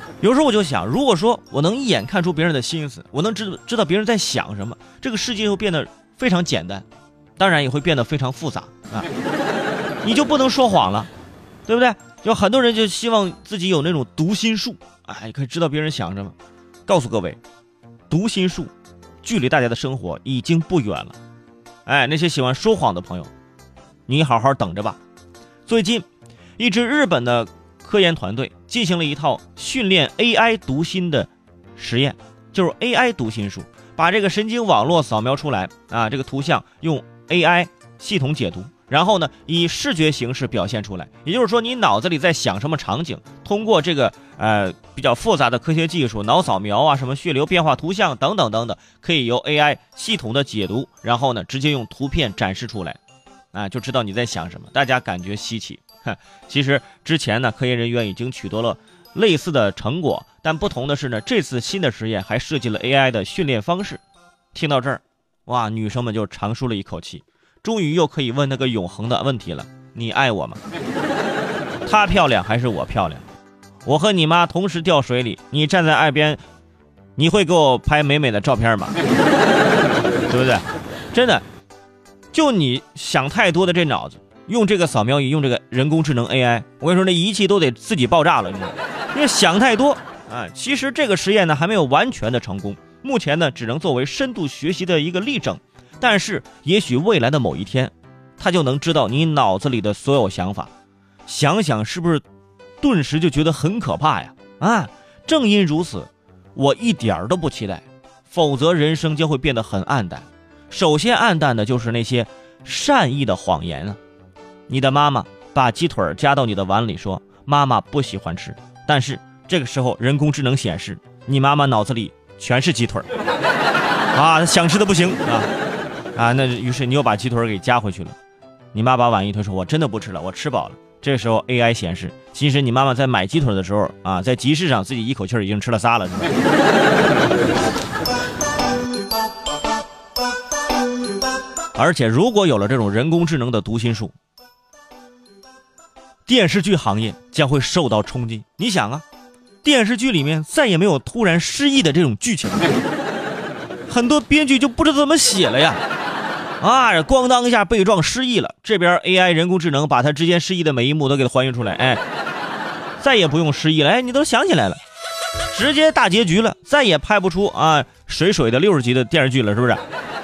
有时候我就想，如果说我能一眼看出别人的心思，我能知道别人在想什么，这个世界会变得非常简单，当然也会变得非常复杂啊。你就不能说谎了，对不对？有很多人就希望自己有那种读心术，哎，可以知道别人想什么。告诉各位，读心术距离大家的生活已经不远了。哎，那些喜欢说谎的朋友，你好好等着吧。最近，一支日本的科研团队进行了一套训练 AI 读心的实验，就是 AI 读心术，把这个神经网络扫描出来啊，这个图像用 AI 系统解读，然后呢以视觉形式表现出来。也就是说，你脑子里在想什么场景，通过这个比较复杂的科学技术，脑扫描啊，什么血流变化图像等等等等，可以由 AI 系统的解读，然后呢直接用图片展示出来，啊，就知道你在想什么。大家感觉稀奇。其实之前呢，科研人员已经取得了类似的成果，但不同的是呢，这次新的实验还设计了 AI 的训练方式。听到这儿，哇，女生们就长舒了一口气，终于又可以问那个永恒的问题了：你爱我吗？她漂亮还是我漂亮？我和你妈同时掉水里，你站在岸边，你会给我拍美美的照片吗？对不对？真的，就你想太多的这脑子，用这个扫描仪，用这个人工智能 AI， 我跟你说，那仪器都得自己爆炸了，你知道吗？因为想太多啊。其实这个实验呢还没有完全的成功，目前呢只能作为深度学习的一个例证，但是也许未来的某一天，它就能知道你脑子里的所有想法。想想是不是顿时就觉得很可怕呀？啊，正因如此，我一点都不期待，否则人生将会变得很暗淡。首先暗淡的就是那些善意的谎言啊。你的妈妈把鸡腿夹到你的碗里，说妈妈不喜欢吃，但是这个时候人工智能显示你妈妈脑子里全是鸡腿啊，想吃的不行啊，那于是你又把鸡腿给夹回去了。你妈把碗一推，说我真的不吃了，我吃饱了。这个时候 AI 显示，其实你妈妈在买鸡腿的时候啊，在集市上自己一口气已经吃了仨了，是吧？而且如果有了这种人工智能的读心术，电视剧行业将会受到冲击。你想啊，电视剧里面再也没有突然失忆的这种剧情，很多编剧就不知道怎么写了呀。啊，咣当一下被撞失忆了，这边 AI 人工智能把他之间失忆的每一幕都给他还原出来，哎，再也不用失忆了，哎，你都想起来了，直接大结局了，再也拍不出啊水水的60集的电视剧了，是不是？